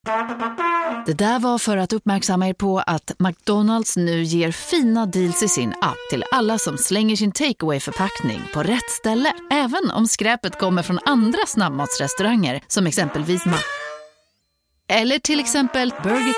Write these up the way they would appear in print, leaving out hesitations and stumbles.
Det där var för att uppmärksamma er på att McDonald's nu ger fina deals i sin app till alla som slänger sin takeaway-förpackning på rätt ställe. Även om skräpet kommer från andra snabbmatsrestauranger som exempelvis eller till exempel Burger.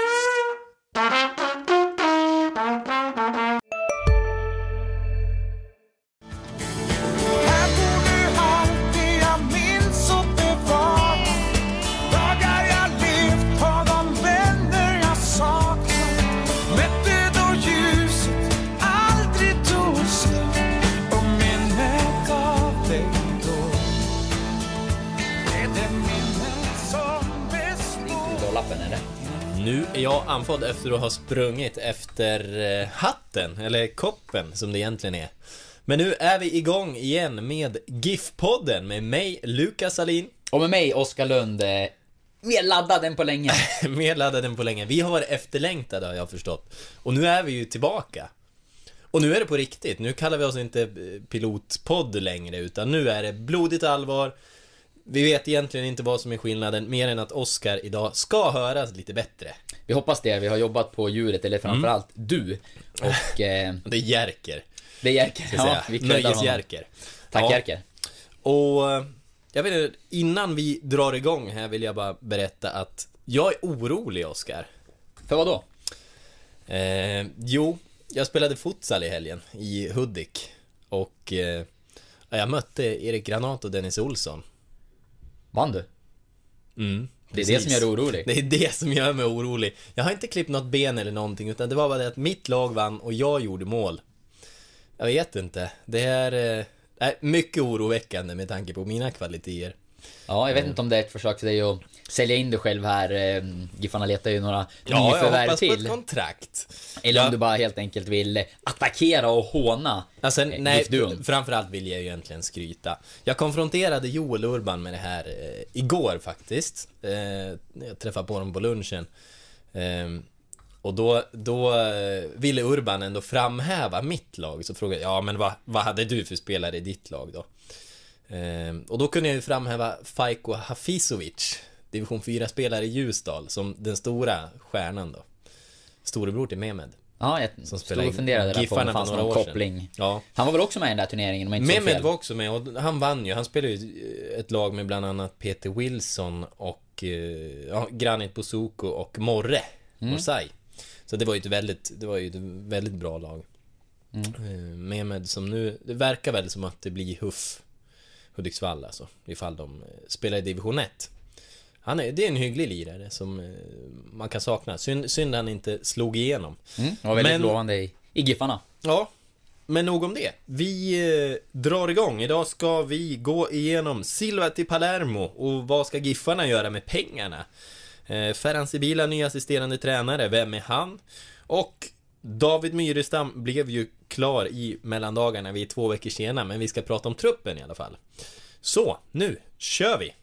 Nu är jag andfådd efter att ha sprungit efter hatten, eller koppen som det egentligen är. Men nu är vi igång igen med GIF-podden med mig, Lukas Salin. Och med mig, Oskar Lund. Mer laddad än på länge. Mer laddad än på länge. Vi har varit efterlängtade, har jag förstått. Och nu är vi ju tillbaka. Och nu är det på riktigt. Nu kallar vi oss inte pilotpodd längre, utan nu är det blodigt allvar. Vi vet egentligen inte vad som är skillnaden, mer än att Oskar idag ska höras lite bättre. Vi hoppas det, vi har jobbat på djuret, eller framförallt du. Och det är Jerker. Det är Jerker, ja, vi Nöjes Jerker. Tack, ja. Jerker. Och jag vet inte, innan vi drar igång här vill jag bara berätta att jag är orolig, Oskar. För vad då? Jo, jag spelade futsal i helgen i Hudik. Och jag mötte Erik Granat och Dennis Olsson. Vann du? Det är det som gör dig orolig. Det är det som gör mig orolig. Jag har inte klippt något ben eller någonting, utan det var bara det att mitt lag vann och jag gjorde mål. Jag vet inte. Det är mycket oroväckande med tanke på mina kvaliteter. Ja, jag vet inte om det är ett försök till dig att sälja in dig själv här. Giffarna letar ju några nyförvärv till. Jag hoppas på ett kontrakt. Eller om du bara helt enkelt vill attackera och håna. Alltså, nej, framförallt vill jag ju egentligen skryta. Jag konfronterade Joel Urban med det här igår faktiskt. Jag träffade på dem på lunchen. Och då ville Urban ändå framhäva mitt lag. Så frågade jag, ja men vad hade du för spelare i ditt lag då? Och då kunde jag ju framhäva Fajko Hafizovic, division 4-spelare i Ljusdal, som den stora stjärnan då. Storebror till Mehmed. Ja, jag stod och funderade där på om det fanns någon koppling. Ja. Han var väl också med i den där turneringen? Mehmed var också med och han vann ju. Han spelade ju ett lag med bland annat Peter Wilson och Granit Bosuko och Morre Morsay. Så det var ju ett väldigt bra lag. Mehmed som nu, det verkar väl som att det blir Hudiksvall alltså, ifall de spelar i division 1. Det är en hygglig lirare som man kan sakna. Synd han inte slog igenom. Det var väldigt lovande i Giffarna. Ja, men nog om det. Vi drar igång. Idag ska vi gå igenom Silva till Palermo. Och vad ska Giffarna göra med pengarna? Ferran Sibila, ny assisterande tränare. Vem är han? Och David Myrestam blev ju klar i mellandagarna. Vi är 2 veckor senare, men vi ska prata om truppen i alla fall. Så, nu kör vi!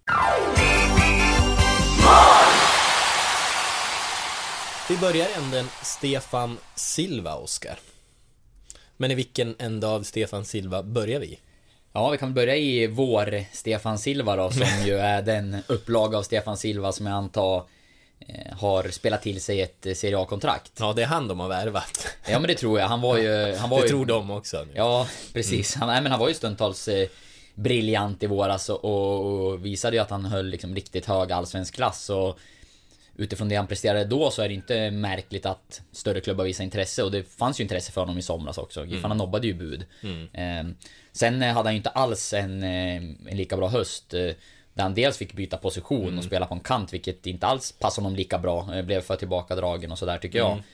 Vi börjar änden Stefan Silva, Oskar. Men i vilken ända av Stefan Silva börjar vi? Ja, vi kan börja i vår Stefan Silva då, som ju är den upplaga av Stefan Silva som jag antar har spelat till sig ett Serie A-kontrakt. Ja, det är han de har värvat. Ja, men det tror jag. Han var det tror de också nu. Ja, precis. Han var ju stundtals briljant i våras och visade ju att han höll liksom riktigt hög allsvensk klass. Och utifrån det han presterade då så är det inte märkligt att större klubbar visar intresse. Och det fanns ju intresse för honom i somras också. Giffarna nobbade ju bud. Sen hade han ju inte alls en lika bra höst, där han dels fick byta position och spela på en kant, vilket inte alls passade honom lika bra. Blev för tillbakadragen och sådär, tycker jag.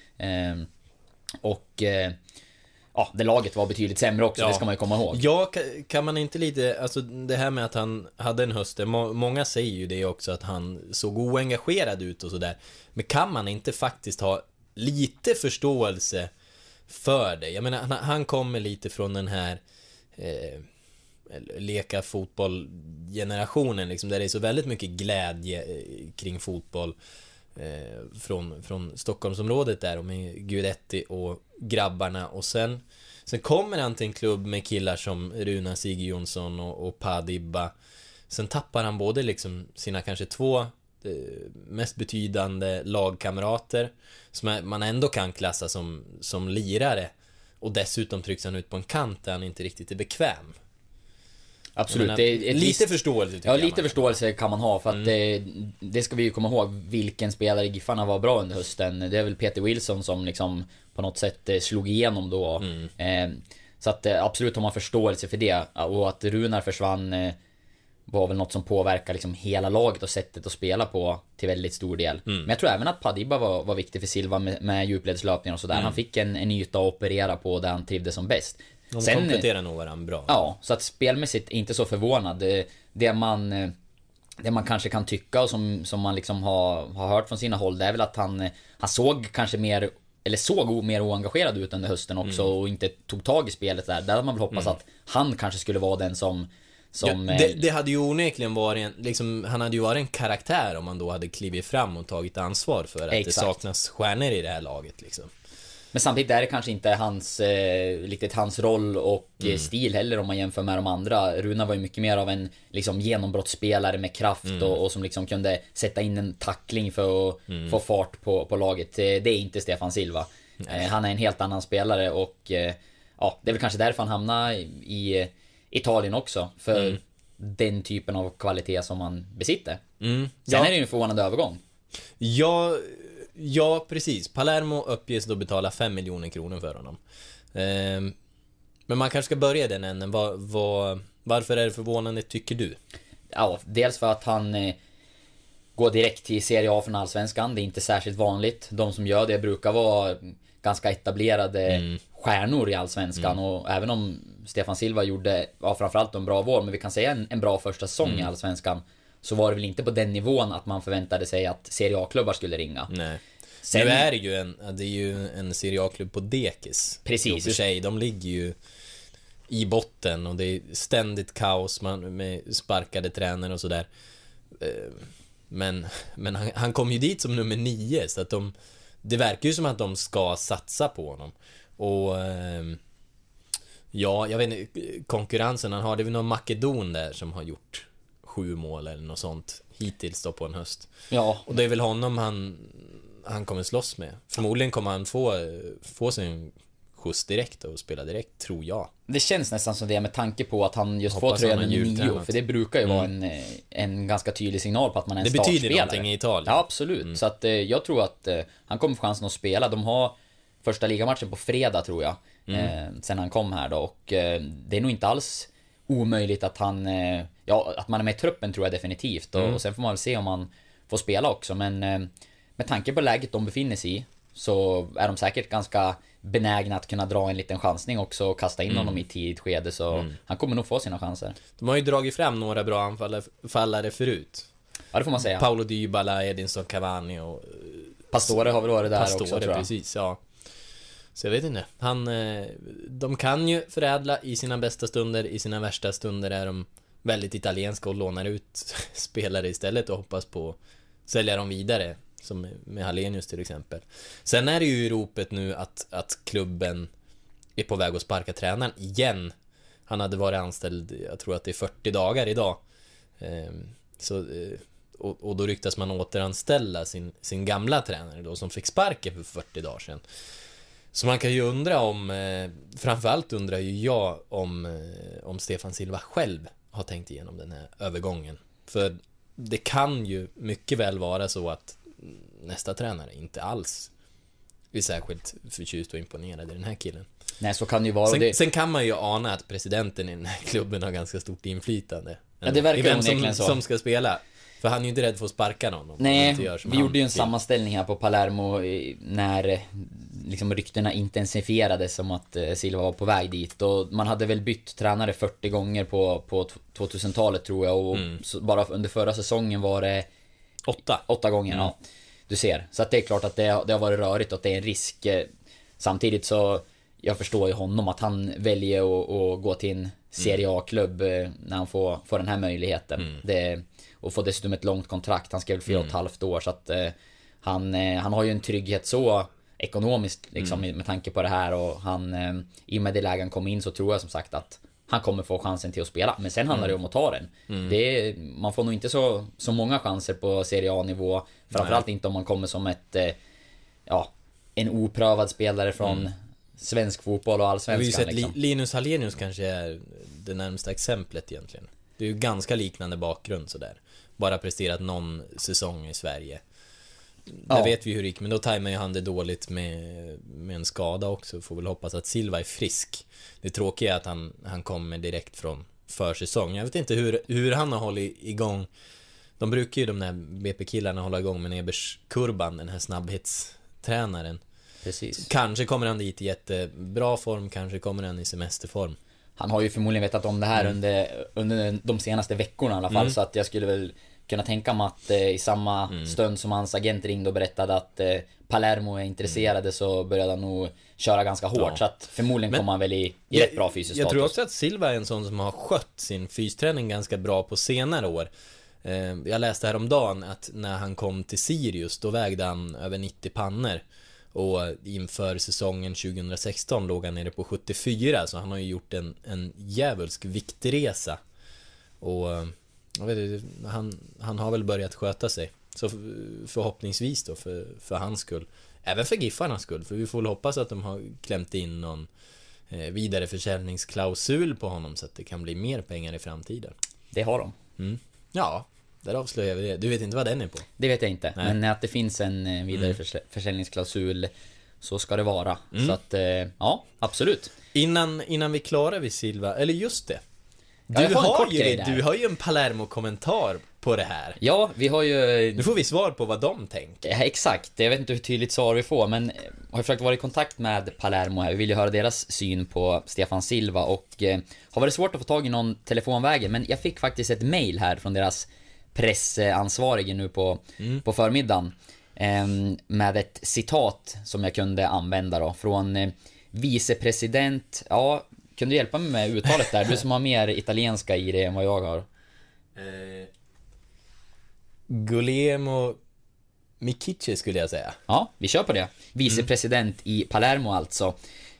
Det laget var betydligt sämre också, det ska man ju komma ihåg. Ja, kan man inte lite, alltså det här med att han hade en höst, många säger ju det också, att han såg oengagerad ut och sådär. Men kan man inte faktiskt ha lite förståelse för det? Jag menar, han kommer lite från den här leka fotboll-generationen liksom, där det är så väldigt mycket glädje kring fotboll, från Stockholmsområdet där, och med Guidetti och grabbarna. Och sen kommer han till en klubb med killar som Runa Sigurjonsson och Padibba. Sen tappar han både liksom sina kanske 2 mest betydande lagkamrater som man ändå kan klassa som lirare, och dessutom trycks han ut på en kant där han inte riktigt är bekväm. Absolut, menar, det är lite förståelse tycker jag. Ja, lite förståelse kan man ha, för att det ska vi ju komma ihåg, vilken spelare i Giffarna var bra under hösten. Det är väl Peter Wilson som liksom på något sätt slog igenom då. Så att absolut har man förståelse för det, och att Runar försvann var väl något som påverkar liksom hela laget och sättet att spela på till väldigt stor del. Men jag tror även att Padiba var viktig för Silva med djupledslöpningar och sådär. Han fick en yta att operera på där han trivdes som bäst. De kompletterar nog varandra bra. Ja, så att spelmässigt inte så förvånad. Det man kanske kan tycka och som man liksom har hört från sina håll, det är väl att han såg kanske mer, eller såg mer oengagerad ut under hösten också, och inte tog tag i spelet där. Där hade man väl hoppats att han kanske skulle vara den som det hade ju onekligen varit han hade ju varit en karaktär om man då hade klivit fram och tagit ansvar för att det saknas stjärnor i det här laget liksom. Men samtidigt är det kanske inte riktigt hans roll och stil heller om man jämför med de andra. Runa var ju mycket mer av en liksom genombrottsspelare med kraft och som liksom kunde sätta in en tackling för att få fart på laget. Det är inte Stefan Silva. Han är en helt annan spelare, och ja, det är väl kanske därför han hamnar i Italien också, för den typen av kvalitet som han besitter. Sen är det ju en förvånande övergång. Ja, precis. Palermo uppges då betala 5 miljoner kronor för honom. Men man kanske ska börja den änden. Varför är det förvånande, tycker du? Ja, dels för att han går direkt till Serie A från Allsvenskan. Det är inte särskilt vanligt. De som gör det brukar vara ganska etablerade stjärnor i Allsvenskan. Och även om Stefan Silva gjorde framförallt en bra vår, men vi kan säga en bra första säsong i Allsvenskan, så var det väl inte på den nivån att man förväntade sig att Serie A-klubbar skulle ringa. Nej. Sen nu är det ju en Serie A-klubb på dekis. Precis. För sig, de ligger ju i botten och det är ständigt kaos med sparkade tränare och sådär. Men han kom ju dit som nummer 9, så att det verkar ju som att de ska satsa på honom. Och ja, jag vet inte, konkurrensen han har, det är väl någon makedon där som har gjort 7 mål eller något sånt hittills då på en höst. Ja. Och det är väl honom han kommer slåss med. Förmodligen kommer han få sin skjuts direkt och spela direkt, tror jag. Det känns nästan som det, med tanke på att han just får tröjan nummer 9, för det brukar ju vara en ganska tydlig signal på att man är en startspelare. Det betyder någonting i Italien. Ja, absolut. Så att jag tror att han kommer få chansen att spela. De har första ligamatchen på fredag, tror jag, sen han kom här då, och det är nog inte alls omöjligt att han att man är med i truppen, tror jag definitivt, och sen får man väl se om han får spela också, men med tanke på läget de befinner sig i, så är de säkert ganska benägna att kunna dra en liten chansning också och kasta in honom i tidigt skede, så han kommer nog få sina chanser. De har ju dragit fram några bra anfallare förut. Ja, det får man säga. Paolo Dybala, Edinson Cavani och Pastore har väl varit där Pastore, också, tror jag. Precis, ja. Så jag vet inte. De kan ju förädla i sina bästa stunder, i sina värsta stunder är de väldigt italienska och lånar ut spelare istället och hoppas på att sälja dem vidare, som med Hallenius till exempel. Sen är det ju i ropet nu att klubben är på väg att sparka tränaren igen. Han hade varit anställd, jag tror att det är 40 dagar idag. Och då ryktas man återanställa sin gamla tränare då, som fick sparken för 40 dagar sedan. Så man kan ju undra framförallt undrar ju jag om Stefan Silva själv har tänkt igenom den här övergången. För det kan ju mycket väl vara så att nästa tränare inte alls är särskilt förtjust och imponerad i den här killen. Nej, så kan det ju vara. Sen kan man ju ana att presidenten i den här klubben har ganska stort inflytande. Ja, det verkar onekligen så. Som ska spela. För han är ju inte rädd för att sparka någon. Nej, vi gjorde ju en sammanställning här på Palermo när liksom ryktena intensifierades som att Silva var på väg dit. Och man hade väl bytt tränare 40 gånger på 2000-talet, tror jag. Och bara under förra säsongen var det 8 gånger. Ja, du ser. Så att det är klart att det har varit rörigt och att det är en risk. Samtidigt så jag förstår ju honom att han väljer att gå till en Serie A-klubb när han får den här möjligheten. Och får dessutom ett långt kontrakt. Han skrev 4,5 år, så att han har ju en trygghet så ekonomiskt liksom, med tanke på det här. Och han, i och med det lägen kom in, så tror jag som sagt att han kommer få chansen till att spela. Men sen handlar det om att ta den. Man får nog inte så många chanser på Serie A-nivå. Framförallt inte om man kommer som en oprövad spelare från svensk fotboll och allsvenskan. Vi har ju sett liksom. Linus Hallenius kanske är det närmsta exemplet egentligen. Det är ju ganska liknande bakgrund sådär. Bara presterat någon säsong i Sverige. Där vet vi hur det gick, men då tajmar ju han det dåligt med en skada också. Får väl hoppas att Silva är frisk. Det tråkiga är att han kommer direkt från försäsong. Jag vet inte hur han har hållit igång. De brukar ju de där BP-killarna hålla igång med Ebers-kurban, den här snabbhetstränaren. Precis. Kanske kommer han dit i jättebra form, kanske kommer han i semesterform. Han har ju förmodligen vetat om det här under de senaste veckorna i alla fall, så att jag skulle väl kunna tänka mig att i samma stund som hans agent ringde och berättade att Palermo är intresserade så började han nog köra ganska hårt, så att förmodligen kommer han väl i rätt bra fysisk status. Jag tror också att Silva är en sån som har skött sin fysträning ganska bra på senare år. Jag läste häromdagen att när han kom till Sirius då vägde han över 90 pannor. Och inför säsongen 2016 låg han nere på 74. Så han har ju gjort en djävulsk viktresa. Och jag vet inte, han har väl börjat sköta sig. Så förhoppningsvis då för hans skull. Även för Giffarnas skull. För vi får väl hoppas att de har klämt in någon vidareförsäljningsklausul på honom, så att det kan bli mer pengar i framtiden. Det har de. Ja, där avslöjar vi det. Du vet inte vad den är på? Det vet jag inte. Nej. Men att det finns en vidareförsäljningsklausul, så ska det vara. Så att, ja, absolut. Innan vi klarar vid Silva, eller just det. Du har ju en Palermo-kommentar på det här. Ja, vi har ju... Nu får vi svar på vad de tänker. Ja, exakt, jag vet inte hur tydligt svar vi får, men har försökt vara i kontakt med Palermo här. Vi vill ju höra deras syn på Stefan Silva och har varit svårt att få tag i någon telefonvägen, men jag fick faktiskt ett mejl här från deras pressansvarige nu på förmiddagen med ett citat som jag kunde använda då, från vicepresident. Ja, kunde du hjälpa mig med uttalet där? Du som har mer italienska i det än vad jag har. Guglielmo Michice skulle jag säga. Ja, vi kör på det. Vicepresident i Palermo alltså.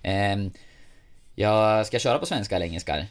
Jag ska köra på svenska eller engelska?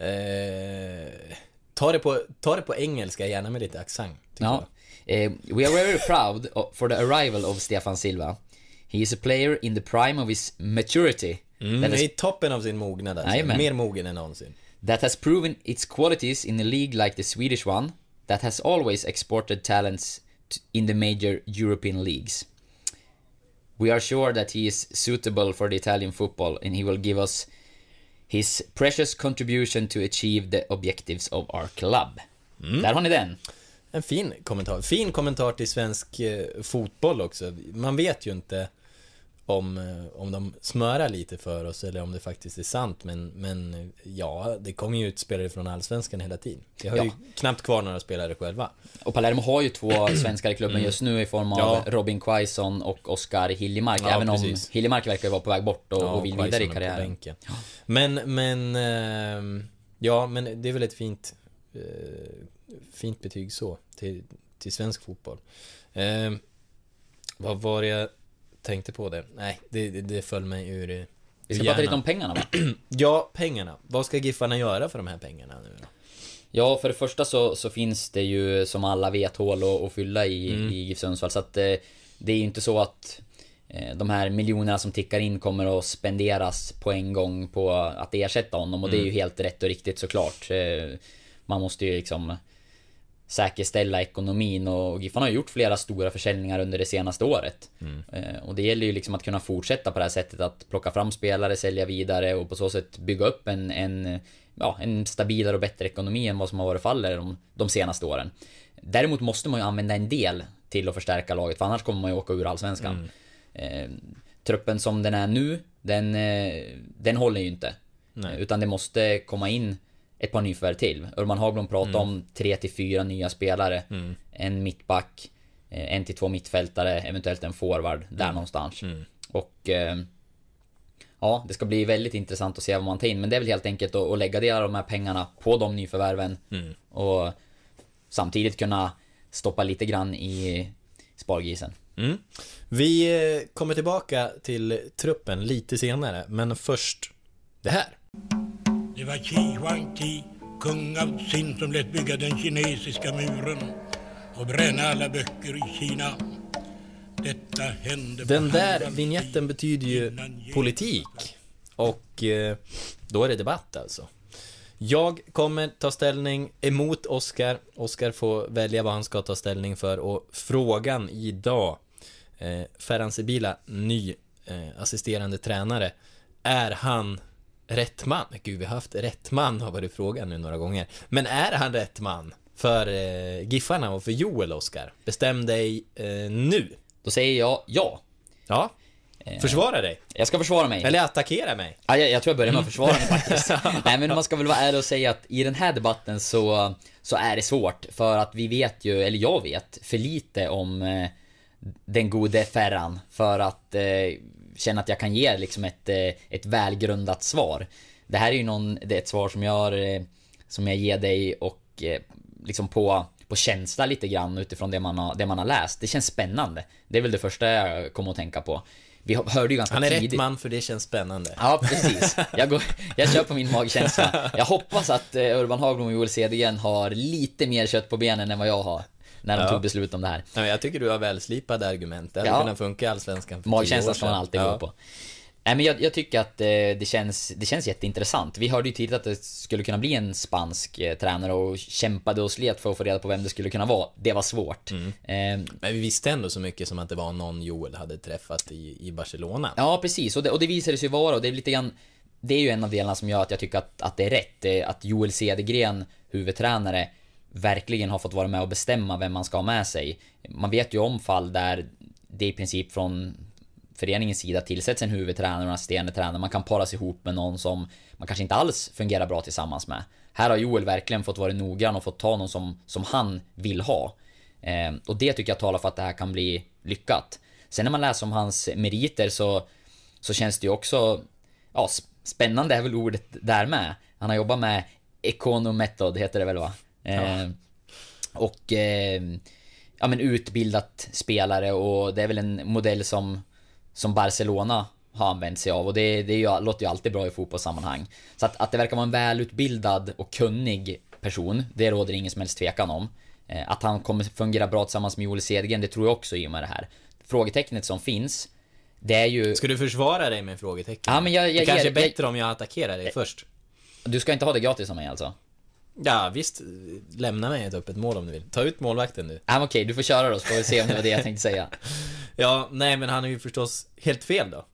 Ta det på engelska, gärna med lite accent. Ja. We are very proud for the arrival of Stefan Silva. He is a player in the prime of his maturity. I toppen av sin mognad alltså. Mer mogen än någonsin. That has proven its qualities in a league like the Swedish one, that has always exported talents in the major European leagues. We are sure that he is suitable for the Italian football and he will give us his precious contribution to achieve the objectives of our club. Där har ni den. En fin kommentar. Fin kommentar till svensk fotboll också. Man vet ju inte om de smörar lite för oss eller om det faktiskt är sant, men ja, det kommer ju ut spelare från Allsvenskan hela tiden. Jag har ju knappt kvar några spelare själva. Och Palermo har ju 2 svenskar i klubben just nu i form av Robin Quaison och Oskar Hiljemark, även om Hiljemark verkar vara på väg bort och vill vidare i karriären. Men det är väl ett fint betyg så till svensk fotboll. Vad var jag tänkte på det? Nej, det föll mig ur. Vi ska prata lite om pengarna, va? Ja, pengarna. Vad ska Giffarna göra för de här pengarna nu då? Ja, för det första så finns det ju, som alla vet, hål att fylla i GIF Sundsvall. Så att det är ju inte så att de här miljonerna som tickar in kommer att spenderas på en gång på att ersätta honom. Och det är ju helt rätt och riktigt såklart. Man måste ju liksom säkerställa ekonomin, och Giffarna har gjort flera stora försäljningar under det senaste året. Och det gäller ju liksom att kunna fortsätta på det här sättet, att plocka fram spelare, sälja vidare och på så sätt bygga upp en stabilare och bättre ekonomi än vad som har varit fallet de senaste åren. Däremot måste man ju använda en del till att förstärka laget, för annars kommer man ju åka ur Allsvenskan. Truppen som den är nu, den håller ju inte. Utan det måste komma in ett par nyförvärv till. Urban Hagblom pratar om 3-4 nya spelare. En mittback, 1-2 mittfältare, eventuellt en forward där någonstans. Och ja, det ska bli väldigt intressant att se vad man tar in. Men det är väl helt enkelt att lägga delar av de här pengarna på de nyförvärven. Och samtidigt kunna stoppa lite grann i spargrisen. Vi kommer tillbaka till truppen lite senare, men först det här. Det var Qi Huangdi, kung av Xin, som lät bygga den kinesiska muren och bränna alla böcker i Kina. Detta hände. Den där vignetten betyder ju politik. Och då är det debatt alltså. Jag kommer ta ställning emot Oscar. Oscar får välja vad han ska ta ställning för. Och frågan idag, Ferhan Sibila, ny assisterande tränare. Är han rätt man? Gud, vi har haft rätt man, har varit frågan nu några gånger. Men är han rätt man för Giffarna och för Joel, Oscar? Bestäm dig nu. Då säger jag ja. Ja, försvara dig. Jag ska försvara mig. Eller attackera mig. Ja, jag tror jag börjar med att försvara mig faktiskt. Nej, men man ska väl vara ärlig och säga att i den här debatten så är det svårt. För att vi vet ju, eller jag vet, för lite om den gode Ferhan för att känna att jag kan ge liksom ett välgrundat svar. Det här är ju det är ett svar som jag ger dig och liksom på känsla lite grann utifrån det man har läst. Det känns spännande. Det är väl det första jag kommer att tänka på. Vi hörde ju ganska Han är tidigt. rätt man för det känns spännande. Ja, precis. Jag kör på min magkänsla. Jag hoppas att Urban Hagblom och Joel Cedergren har lite mer kött på benen än vad jag har när de tog beslut om det här. Ja, jag tycker du har välslipade argument. Det hade kunnat funka i Allsvenskan för 10 år sedan. Magkänslan ska man alltid gå på. Nej, men jag tycker att det känns jätteintressant. Vi hörde ju tidigt att det skulle kunna bli en spansk tränare och kämpade och slet för att få reda på vem det skulle kunna vara. Det var svårt. Men vi visste ändå så mycket som att det var någon Joel hade träffat i Barcelona. Ja, precis. Och det visade sig vara, och det är lite grann, det är ju en av delarna som gör att jag tycker att det är rätt. Att Joel Cedergren, huvudtränare, verkligen har fått vara med och bestämma vem man ska ha med sig. Man vet ju om fall där det i princip från föreningens sida tillsätts en huvudtränare och en assisterande tränare. Man kan paras ihop med någon som man kanske inte alls fungerar bra tillsammans med. Här har Joel verkligen fått vara noggrann och fått ta någon som han vill ha. Och det tycker jag talar för att det här kan bli lyckat. Sen när man läser om hans meriter så känns det ju också, ja, spännande är väl ordet där med. Han har jobbat med Econometod, heter det väl, va? Och ja, men utbildat spelare, och det är väl en modell som Barcelona har använt sig av, och det låter ju alltid bra i fotbollssammanhang. Så att det verkar vara en välutbildad och kunnig person, det råder ingen som helst tvekan om. Att han kommer fungera bra tillsammans med Joel Cedergren, det tror jag också i och med det här. Frågetecknet som finns, det är ju... Ska du försvara dig med frågetecken? Ja, men det kanske är bättre om jag attackerar dig först. Du ska inte ha det gratis av mig alltså? Ja, visst. Lämna mig ett öppet mål om du vill. Ta ut målvakten nu. Ja, okej, du får köra då, så får vi se om det var det jag tänkte säga. Ja, nej, men han är ju förstås helt fel då.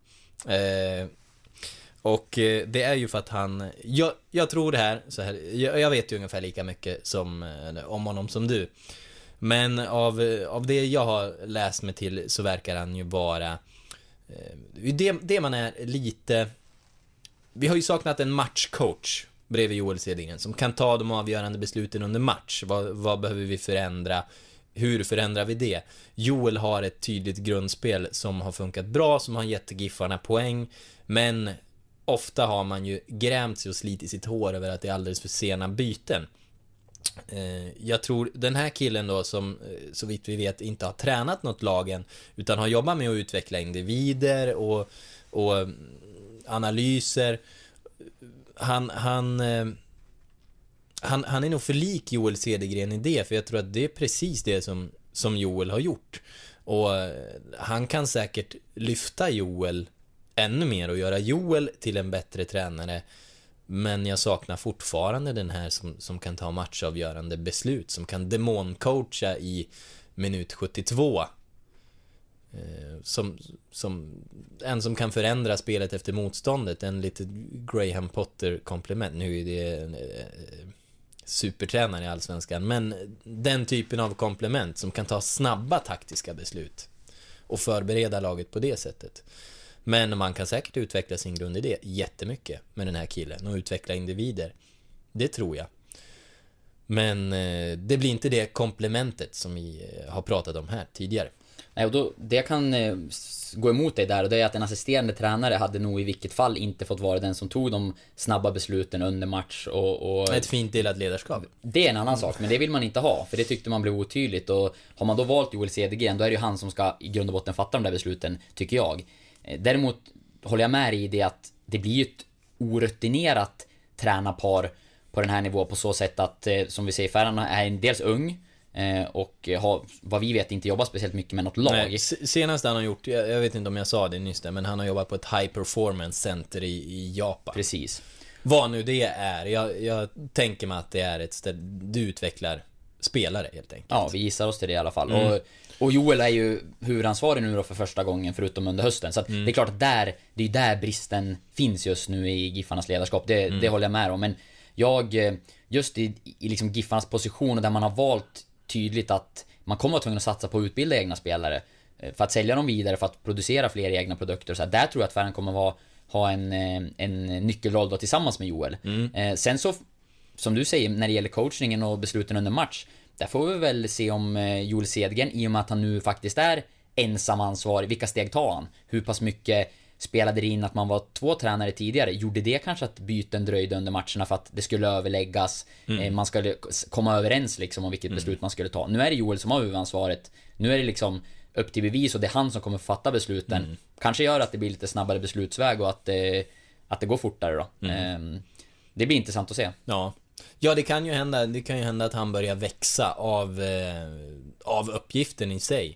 Och det är ju för att han... Jag tror det här, så här, jag vet ju ungefär lika mycket om honom som du. Men av det jag har läst mig till så verkar han ju vara... Det man är lite... Vi har ju saknat en matchcoach bredvid Joel Cedergren som kan ta de avgörande besluten under match. Vad behöver vi förändra? Hur förändrar vi det? Joel har ett tydligt grundspel som har funkat bra, som har gett Giffarna poäng, men ofta har man ju grämt sig och slitit sitt hår över att det är alldeles för sena byten. Jag tror den här killen då, som så vitt vi vet inte har tränat något lagen utan har jobbat med att utveckla individer och analyser, han är nog för lik Joel Cedergren i det, för jag tror att det är precis det som Joel har gjort, och han kan säkert lyfta Joel ännu mer och göra Joel till en bättre tränare, men jag saknar fortfarande den här som kan ta matchavgörande beslut, som kan demoncoacha i minut 72, som kan förändra spelet efter motståndet. En lite Graham Potter-komplement. Nu är det en supertränare i Allsvenskan, men den typen av komplement som kan ta snabba taktiska beslut och förbereda laget på det sättet. Men man kan säkert utveckla sin grundidé jättemycket med den här killen och utveckla individer. Det tror jag. Men det blir inte det komplementet som vi har pratat om här tidigare. Nej, och då, det kan gå emot dig där, och det är att en assisterande tränare hade nog i vilket fall inte fått vara den som tog de snabba besluten under match och ett fint delat ledarskap. Det är en annan sak, men det vill man inte ha, för det tyckte man blev otydligt. Och har man då valt Joel Cedergren, då är det ju han som ska i grund och botten fatta de där besluten, tycker jag. Däremot håller jag med i det att det blir ju ett orutinerat tränarpar på den här nivån på så sätt att, som vi säger, Ferran är dels ung och har, vad vi vet, inte jobbat speciellt mycket med något lag. Nej, senast han har gjort, jag vet inte om jag sa det nyss där, men han har jobbat på ett high performance center i Japan. Precis. Vad nu det är, jag tänker mig att det är ett ställe du utvecklar spelare helt enkelt. Ja, vi gissar oss till det i alla fall. Och Joel är ju huvudansvarig nu då för första gången, förutom under hösten. Så att det är klart att det är där bristen finns just nu i Giffarnas ledarskap. Det håller jag med om. Men just i liksom Giffarnas position, där man har valt tydligt att man kommer att tvungen att satsa på att utbilda egna spelare för att sälja dem vidare, för att producera fler egna produkter. Så där tror jag att Ferran kommer ha en nyckelroll då tillsammans med Joel. Sen så, som du säger, när det gäller coachningen och besluten under match, där får vi väl se om Joel Cedergren, i och med att han nu faktiskt är ensam ansvarig, vilka steg tar han? Hur pass mycket spelade det in att man var 2 tränare tidigare? Gjorde det kanske att byten dröjde under matcherna för att det skulle överläggas, man skulle komma överens liksom om vilket beslut man skulle ta? Nu är det Joel som har huvudansvaret. Nu är det liksom upp till bevis, och det är han som kommer fatta besluten. Kanske gör att det blir lite snabbare beslutsväg och att det går fortare då. Det blir intressant att se. Ja, det kan ju hända att han börjar växa av uppgiften i sig.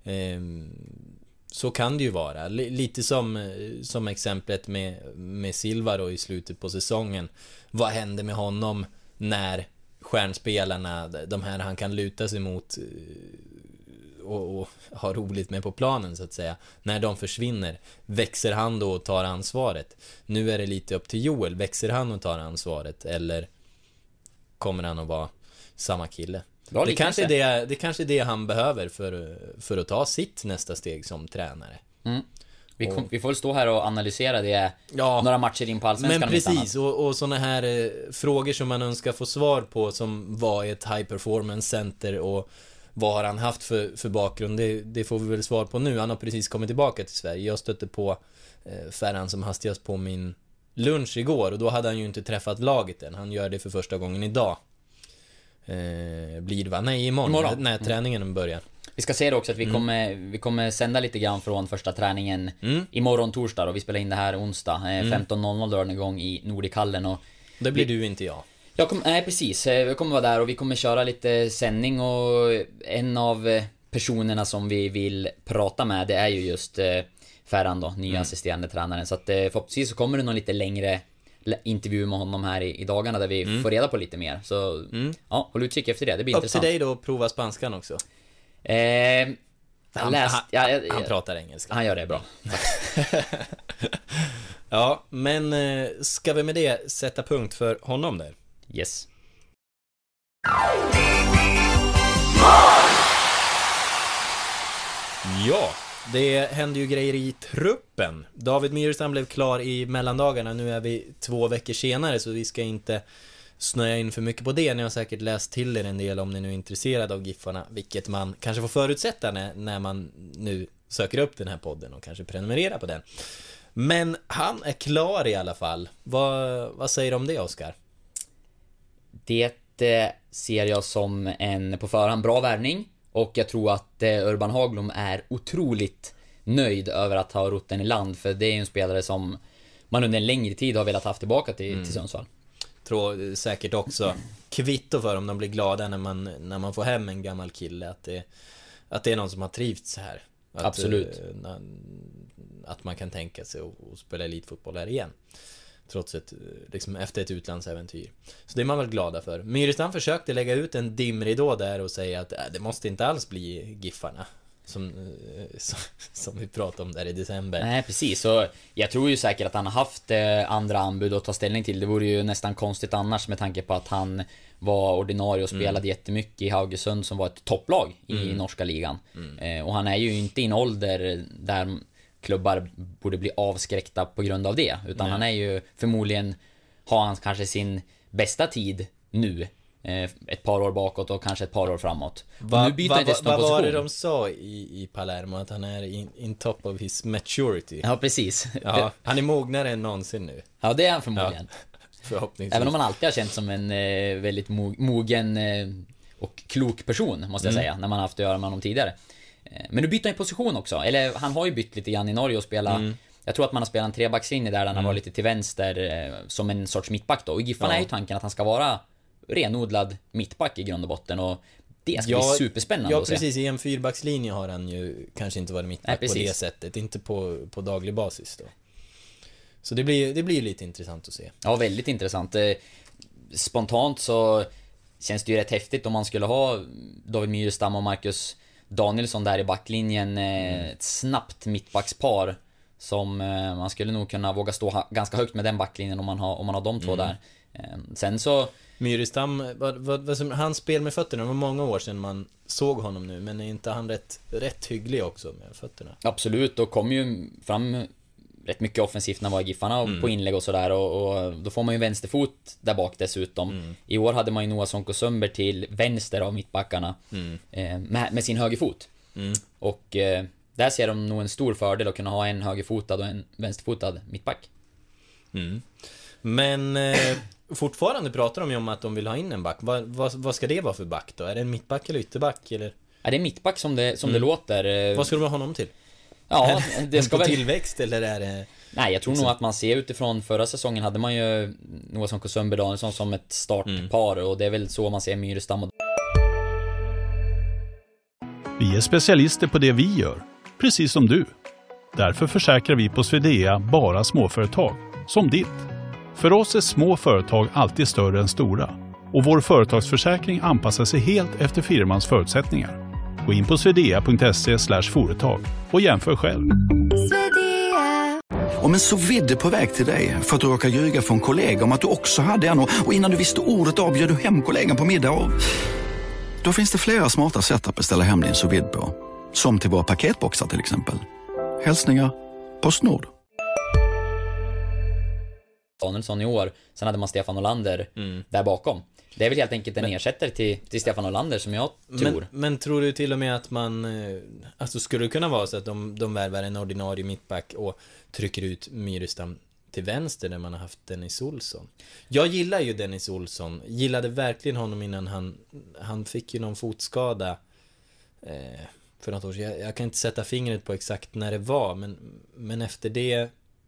Så kan det ju vara. Lite som exemplet med Silva då i slutet på säsongen. Vad hände med honom när stjärnspelarna, de här han kan luta sig mot och ha roligt med på planen så att säga, när de försvinner, växer han då och tar ansvaret? Nu är det lite upp till Joel. Växer han och tar ansvaret, eller kommer han att vara samma kille? Det kanske är det han behöver för att ta sitt nästa steg som tränare. Vi får väl stå här och analysera det några matcher in på Allsvenskan. Men precis, och såna här frågor som man önskar få svar på, som var ett high performance center och vad har han haft för bakgrund, det får vi väl svar på nu. Han har precis kommit tillbaka till Sverige. Jag stötte på Ferran som hastigast på min lunch igår, och då hade han ju inte träffat laget än. Han gör det för första gången idag. Blir det va? Nej, imorgon. När träningen börjar. Vi ska se det också att vi kommer sända lite grann från första träningen imorgon torsdag, och vi spelar in det här onsdag 15.00 drar den igång i Nordikallen, och det blir du inte jag. Nej, precis. Jag kommer vara där och vi kommer köra lite sändning, och en av personerna som vi vill prata med, det är ju just Ferran då, nya assisterande tränaren. Så att förhoppningsvis så kommer det någon lite längre intervju med honom här i dagarna, där vi får reda på lite mer. Så ja, håll utkik efter det. Det blir intressant. Upp till dig då att prova spanskan också. Han pratar engelska. Han gör det bra. Ja, men ska vi med det sätta punkt för honom där? Yes. Ja, det hände ju grejer i truppen. David Myrestam blev klar i mellandagarna. Nu är vi 2 veckor senare, så vi ska inte snöja in för mycket på det. Ni har säkert läst till er en del om ni nu är intresserade av Giffarna, vilket man kanske får förutsätta när man nu söker upp den här podden och kanske prenumererar på den. Men han är klar i alla fall. Vad säger du om det, Oskar? Det ser jag som en på förhand bra värvning, och jag tror att Urban Hagblom är otroligt nöjd över att ha rott den i land, för det är ju en spelare som man under en längre tid har velat ha tillbaka till Sundsvall. Tror säkert också kvitto för om de blir glada när man får hem en gammal kille, att det är någon som har trivts här. Absolut. Att man kan tänka sig att spela elitfotboll här igen, trots liksom efter ett utlandsäventyr. Så det är man väl glada för. Myrestam försökte lägga ut en dimridå där och säga att det måste inte alls bli Giffarna som vi pratade om där i december. Nej, precis. Så jag tror ju säkert att han har haft andra anbud att ta ställning till. Det vore ju nästan konstigt annars, med tanke på att han var ordinarie och spelade jättemycket i Haugesund, som var ett topplag i norska ligan. Och han är ju inte i en ålder där klubbar borde bli avskräckta på grund av det, utan han är ju förmodligen, har han kanske sin bästa tid nu, ett par år bakåt och kanske ett par år framåt. Vad var det de sa i Palermo, att han är in top of his maturity? Ja, precis. Ja, han är mognare än någonsin nu. Ja, det är han förmodligen. Förhoppningsvis. Även om han alltid har känt som en väldigt mogen och klok person, måste jag säga, när man har haft att göra med honom tidigare. Men nu byter han position också. Eller han har ju bytt lite grann i Norge och spelat Jag tror att man har spelat en trebackslinje där han var lite till vänster som en sorts mittback då. Och i Giffarna är ju tanken att han ska vara renodlad mittback i grund och botten. Och det ska bli superspännande att se. Ja, precis. I en fyrbackslinje har han ju kanske inte varit mittback på det sättet. Inte på daglig basis då. Så det blir lite intressant att se. Ja, väldigt intressant. Spontant så känns det ju rätt häftigt om man skulle ha David Myrestam och Marcus Danielsson där i backlinjen. Ett snabbt mittbackspar som man skulle nog kunna våga stå ganska högt med den backlinjen om man har de två där. Sen så Myrestam, hans spel med fötterna, det var många år sedan man såg honom nu, men är inte han rätt hygglig också med fötterna? Absolut, och kom ju fram rätt mycket offensivt när han var i Giffarna och på inlägg och sådär, och då får man ju vänsterfot där bak dessutom. I år hade man ju Noah Sonko Sundberg till vänster av mittbackarna med sin högerfot. Och där ser de nog en stor fördel att kunna ha en högerfotad och en vänsterfotad mittback. Men fortfarande pratar de ju om att de vill ha in en back. Vad ska det vara för back då? Är det en mittback eller ytterback? Eller? Ja, det är mittback som det låter. Vad ska de ha honom till? Ja, det ska väl tillväxt eller är det... Nej, jag tror nog att man ser utifrån förra säsongen hade man ju Noah Sonko Sundberg Danielsson som ett startpar, och det är väl så man ser Myrestam. Vi är specialister på det vi gör, precis som du. Därför försäkrar vi på Swedea bara småföretag, som ditt. För oss är små företag alltid större än stora, och vår företagsförsäkring anpassar sig helt efter firmans förutsättningar. Gå in på swedea.se/företag och jämför själv. Om en sous-vide på väg till dig för att du råkar ljuga från kollega om att du också hade en, och innan du visste ordet av bjöd du hem kollegan på middag. Och då finns det flera smarta sätt att beställa hem din sous-vide på. Som till våra paketboxar till exempel. Hälsningar PostNord. Danielsson i år, sen hade man Stefan Olander där bakom. Det är väl helt enkelt en ersättare till Stefan Olander som jag tror. Men tror du till och med att man, alltså skulle det kunna vara så att de värvar en ordinarie mittback och trycker ut Myrestam till vänster där man har haft Dennis Olsson? Jag gillar ju Dennis Olsson, gillade verkligen honom innan han fick ju någon fotskada för något år sedan. Jag kan inte sätta fingret på exakt när det var, men efter det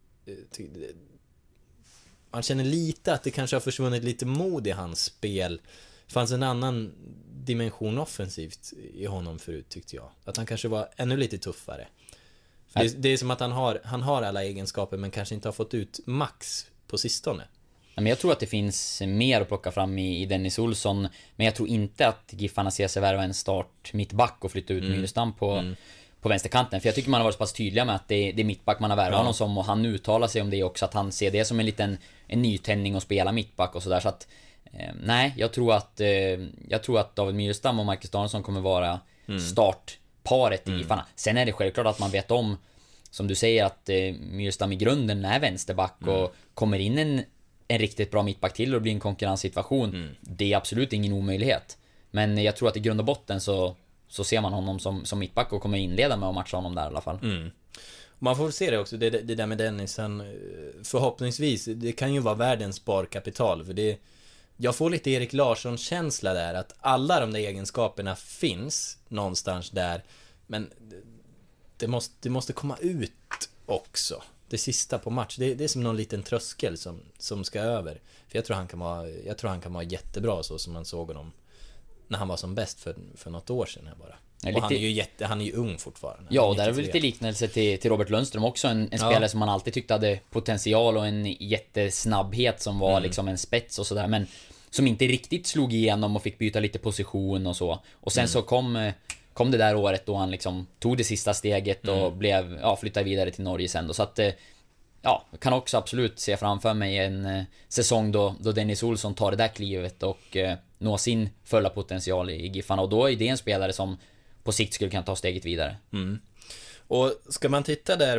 man känner lite att det kanske har försvunnit lite mod i hans spel. Det fanns en annan dimension offensivt i honom förut, tyckte jag. Att han kanske var ännu lite tuffare. För det är som att han har alla egenskaper men kanske inte har fått ut max på sistone. Men jag tror att det finns mer att plocka fram i Dennis Olsson. Men jag tror inte att Giffarna ser sig värva en start mittback och flytta ut Myrestam på vänsterkanten. För jag tycker man har varit så pass tydliga med att det är mittback man har värvat honom som, och han uttalar sig om det också, att han ser det som en nytändning att spela mittback och sådär. Så att nej, jag tror att David Myrestam och Marcus Danielsson kommer vara startparet i Giffarna. Sen är det självklart att man vet om, som du säger, att Myrestam i grunden är vänsterback och kommer in en riktigt bra mittback till och blir en konkurrenssituation. Det är absolut ingen omöjlighet. Men jag tror att i grund och botten så ser man honom som mittback och kommer inleda med att matcha honom där i alla fall. Man får se det också, det där med Dennis, förhoppningsvis, det kan ju vara världens sparkapital, för jag får lite Erik Larsson-känsla där, att alla de där egenskaperna finns någonstans där, men det måste komma ut också. Det sista på match, det är som någon liten tröskel som ska över. För jag tror han kan vara jättebra, så som man såg honom när han var som bäst för något år sedan här bara. Och han är ju ung fortfarande. Ja, och där är väl lite liknelse till Robert Lundström också, en spelare som man alltid tyckte hade potential och en jättesnabbhet som var liksom en spets och sådär, men som inte riktigt slog igenom och fick byta lite position och så. Och sen så kom det där året då han liksom tog det sista steget och flyttade vidare till Norge sen då. Så att jag kan också absolut se framför mig en säsong då Dennis Olsson tar det där klivet och når sin fulla potential i Giffarna, och då är det en spelare som på sikt skulle kunna ta steget vidare. Och ska man titta där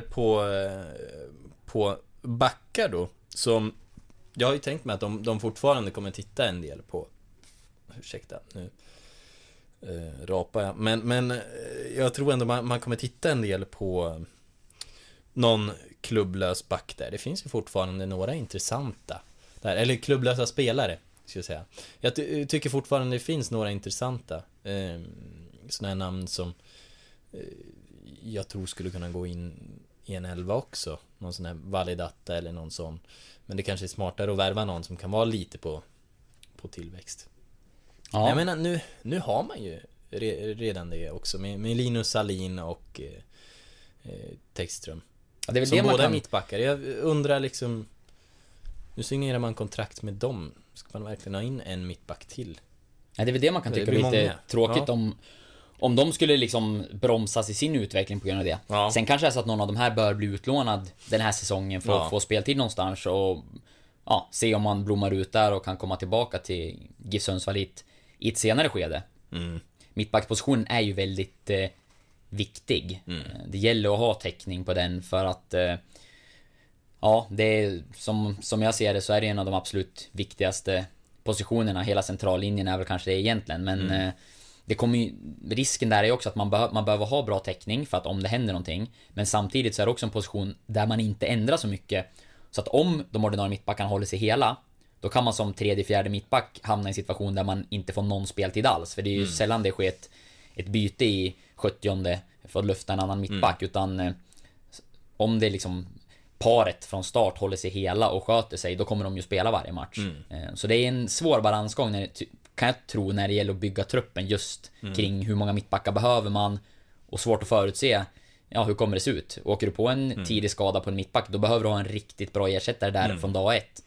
på backar då, som jag har ju tänkt mig att de fortfarande kommer titta en del på, ursäkta nu rapar jag, men jag tror ändå man kommer titta en del på någon klubblös back där. Det finns ju fortfarande några intressanta där, eller klubblösa spelare ska jag säga. Jag tycker fortfarande det finns några intressanta såna här namn som jag tror skulle kunna gå in i en 11 också. Någon sån här Validata eller någon sån. Men det kanske är smartare att värva någon som kan vara lite på tillväxt. Ja. Jag menar, nu har man ju redan det också med Linus Salin och Tekström. Ja, det är väl som det man båda kan... mittbackar. Jag undrar liksom, nu signerar man kontrakt med dem. Ska man verkligen ha in en mittback till? Ja, det är väl det man kan tycka är lite tråkigt om de skulle liksom bromsas i sin utveckling på grund av det. Ja. Sen kanske det är så att någon av de här bör bli utlånad den här säsongen för att få speltid någonstans och se om man blommar ut där och kan komma tillbaka till GIF Sundsvall i ett senare skede. Mittbackspositionen är ju väldigt viktig. Det gäller att ha täckning på den för att det är som jag ser det så är det en av de absolut viktigaste positionerna. Hela centrallinjen är väl kanske det egentligen, men det kommer ju, risken där är också att man behöver ha bra täckning för att om det händer någonting, men samtidigt så är det också en position där man inte ändrar så mycket, så att om de ordinarie mittbackarna håller sig hela, då kan man som tredje, fjärde mittback hamna i en situation där man inte får någon speltid alls, för det är ju sällan det sker ett byte i 70:e för att lyfta en annan mittback, utan om det liksom paret från start håller sig hela och sköter sig, då kommer de ju spela varje match. Så det är en svår balansgång kan jag tro, när det gäller att bygga truppen just kring hur många mittbackar behöver man, och svårt att förutse hur kommer det se ut. Åker du på en tidig skada på en mittback, då behöver du ha en riktigt bra ersättare där från dag ett.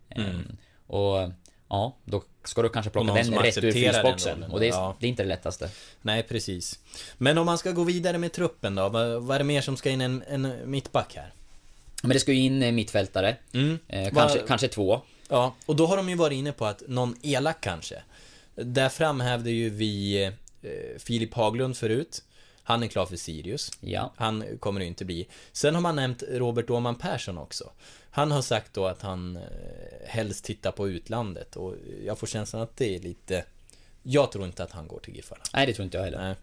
Och då ska du kanske plocka den rätt ur frysboxen, och det är inte det lättaste. Nej, precis. Men om man ska gå vidare med truppen då, vad är det mer som ska in en mittback här? Men det ska ju in mittfältare, kanske 2. Ja, och då har de ju varit inne på att någon elak kanske. Där framhävde ju vi Filip Haglund förut. Han är klar för Sirius. Ja. Han kommer ju inte bli. Sen har man nämnt Robert Åhman Persson också. Han har sagt då att han helst tittar på utlandet. Och jag får känslan att det är lite... Jag tror inte att han går till Giffarna. Nej, det tror inte jag heller.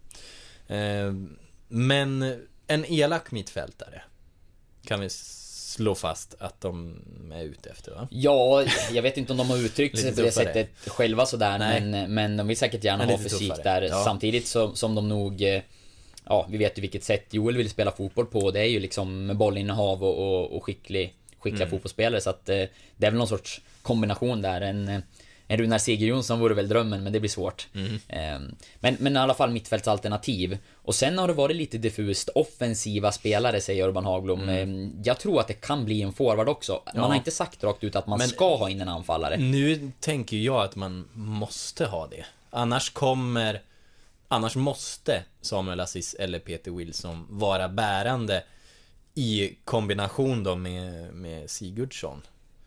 Men en elak mittfältare kan vi slå fast att de är ute efter, va? Ja, jag vet inte om de har uttryckt sig på det sättet själva sådär, men de vill säkert gärna ha fysik där. Samtidigt som de nog... vi vet ju vilket sätt Joel vill spela fotboll på. Det är ju liksom med bollinnehav och skickliga fotbollsspelare. Så att det är väl någon sorts kombination där. En Runar Sigurjonsson vore väl drömmen, men det blir svårt. Men i alla fall mittfältsalternativ. Och sen har det varit lite diffust offensiva spelare, säger Urban Hagblom. Jag tror att det kan bli en forward också. Man har inte sagt rakt ut att man ska ha in en anfallare. Nu tänker jag att man måste ha det. Annars måste Samuel Aziz eller Peter Wilson vara bärande i kombination då med Sigurdsson.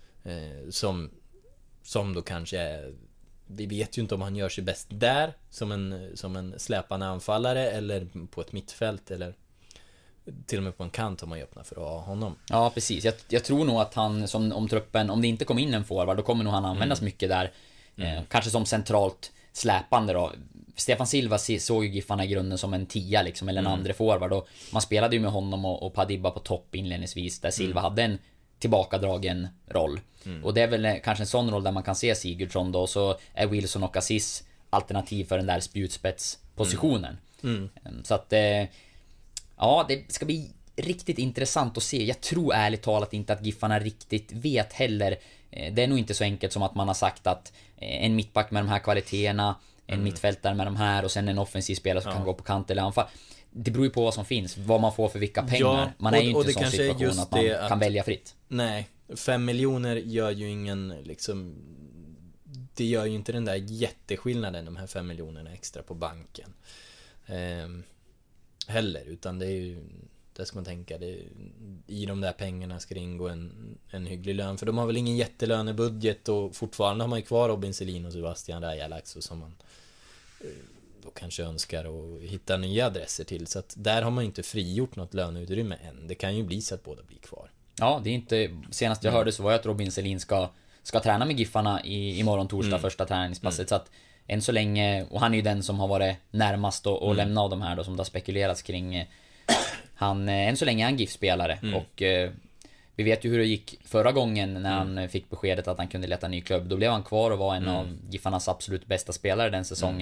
Som då kanske är, vi vet ju inte om han gör sig bäst där som en släpande anfallare eller på ett mittfält, eller till och med på en kant om man öppnar för att ha honom. Ja, precis. Jag tror nog att han, om truppen, om det inte kommer in en forward, då kommer nog han användas mycket där. Kanske som centralt släpande då. Stefan Silva såg ju Giffarna i grunden som en 10 liksom, eller en andra forward, och man spelade ju med honom och Padibba på topp inledningsvis, där Silva hade en tillbakadragen roll. Och det är väl kanske en sån roll där man kan se Sigurdsson då, så är Wilson och Aziz alternativ för den där spjutspetspositionen. Så att det ska bli riktigt intressant att se. Jag tror ärligt talat inte att Giffarna riktigt vet heller. Det är nog inte så enkelt som att man har sagt att en mittback med de här kvaliteterna, en mittfältare med de här, och sen en offensiv spelare som kan gå på kant eller anfall. Det beror ju på vad som finns, vad man får för vilka pengar. Man är ju inte i sån situation att man kan välja fritt. Nej, 5 miljoner gör ju ingen liksom, det gör ju inte den där jätteskillnaden, de här 5 miljonerna extra på banken heller, utan det är ju, där ska man tänka i de där pengarna ska det ingå en hygglig lön, för de har väl ingen jättelönebudget, och fortfarande har man ju kvar Robin Selin och Sebastian Rajalax, och som man då kanske önskar att hitta nya adresser till, så att där har man inte frigjort något löneutrymme än. Det kan ju bli så att båda blir kvar. Ja, det är inte, senast jag hörde så var det att Robin Selin ska träna med Giffarna imorgon torsdag, första träningspasset, så att än så länge, och han är ju den som har varit närmast att lämna av de här då, som det har spekulerats kring. Han, än så länge är han GIF-spelare, och vi vet ju hur det gick förra gången när han fick beskedet att han kunde leta en ny klubb. Då blev han kvar och var en av Giffarnas absolut bästa spelare den säsongen.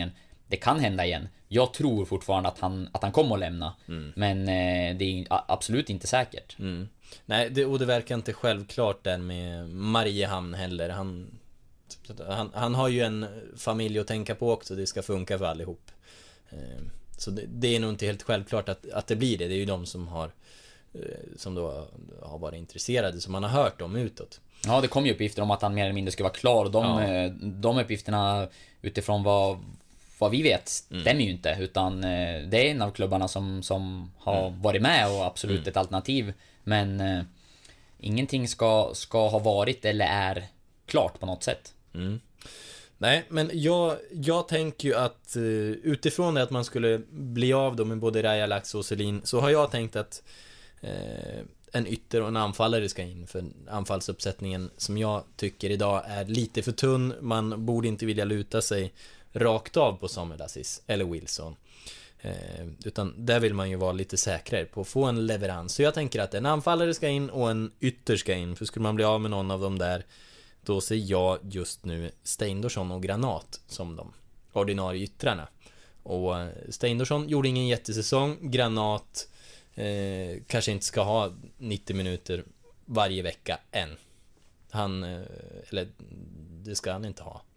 det kan hända igen. Jag tror fortfarande att han kommer att lämna. Men det är absolut inte säkert. Nej, och det verkar inte självklart där med Mariehamn heller. Han har ju en familj att tänka på också. Det ska funka för allihop. Så det är nog inte helt självklart att det blir det. Det är ju de som då har varit intresserade, som man har hört om utåt. Ja, det kom ju uppgifter om att han mer eller mindre skulle vara klar. Och de uppgifterna utifrån vad vi vet stämmer ju inte. Utan det är en av klubbarna som har varit med och absolut ett alternativ. Men ingenting ska ha varit eller är klart på något sätt. Nej, men jag tänker ju att utifrån det att man skulle bli av då med både Raja, Lax och Selin, så har jag tänkt att en ytter och en anfallare ska in. För anfallsuppsättningen som jag tycker idag är lite för tunn. Man borde inte vilja luta sig rakt av på Samuel Aziz eller Wilson. Utan där vill man ju vara lite säkrare på att få en leverans. Så jag tänker att en anfallare ska in och en ytter ska in. För skulle man bli av med någon av dem där, då ser jag just nu Steindorsson och Granat som de ordinarie yttrarna. Och Steindorsson gjorde ingen jättesäsong. Granat kanske inte ska ha 90 minuter varje vecka än. Eller det ska han inte ha.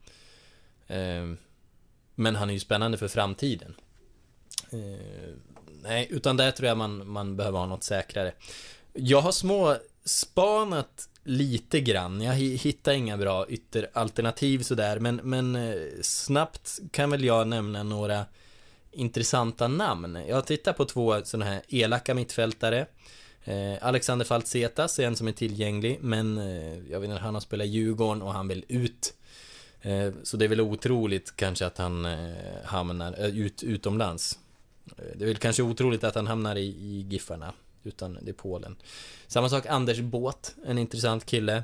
Men han är ju spännande för framtiden. Nej, utan där tror jag man behöver ha något säkrare. Jag har spanat lite grann. Jag hittar inga bra ytteralternativ sådär. Men snabbt kan väl jag nämna några intressanta namn. Jag tittar på 2 sådana här elaka mittfältare. Alexander Faltsetas är en som är tillgänglig, men jag vet inte, han har spelat i Djurgården och han vill ut. Så det är väl otroligt kanske att han hamnar utomlands. Det är väl kanske otroligt att han hamnar i Giffarna, utan det är Polen. Samma sak Anders Båt, en intressant kille.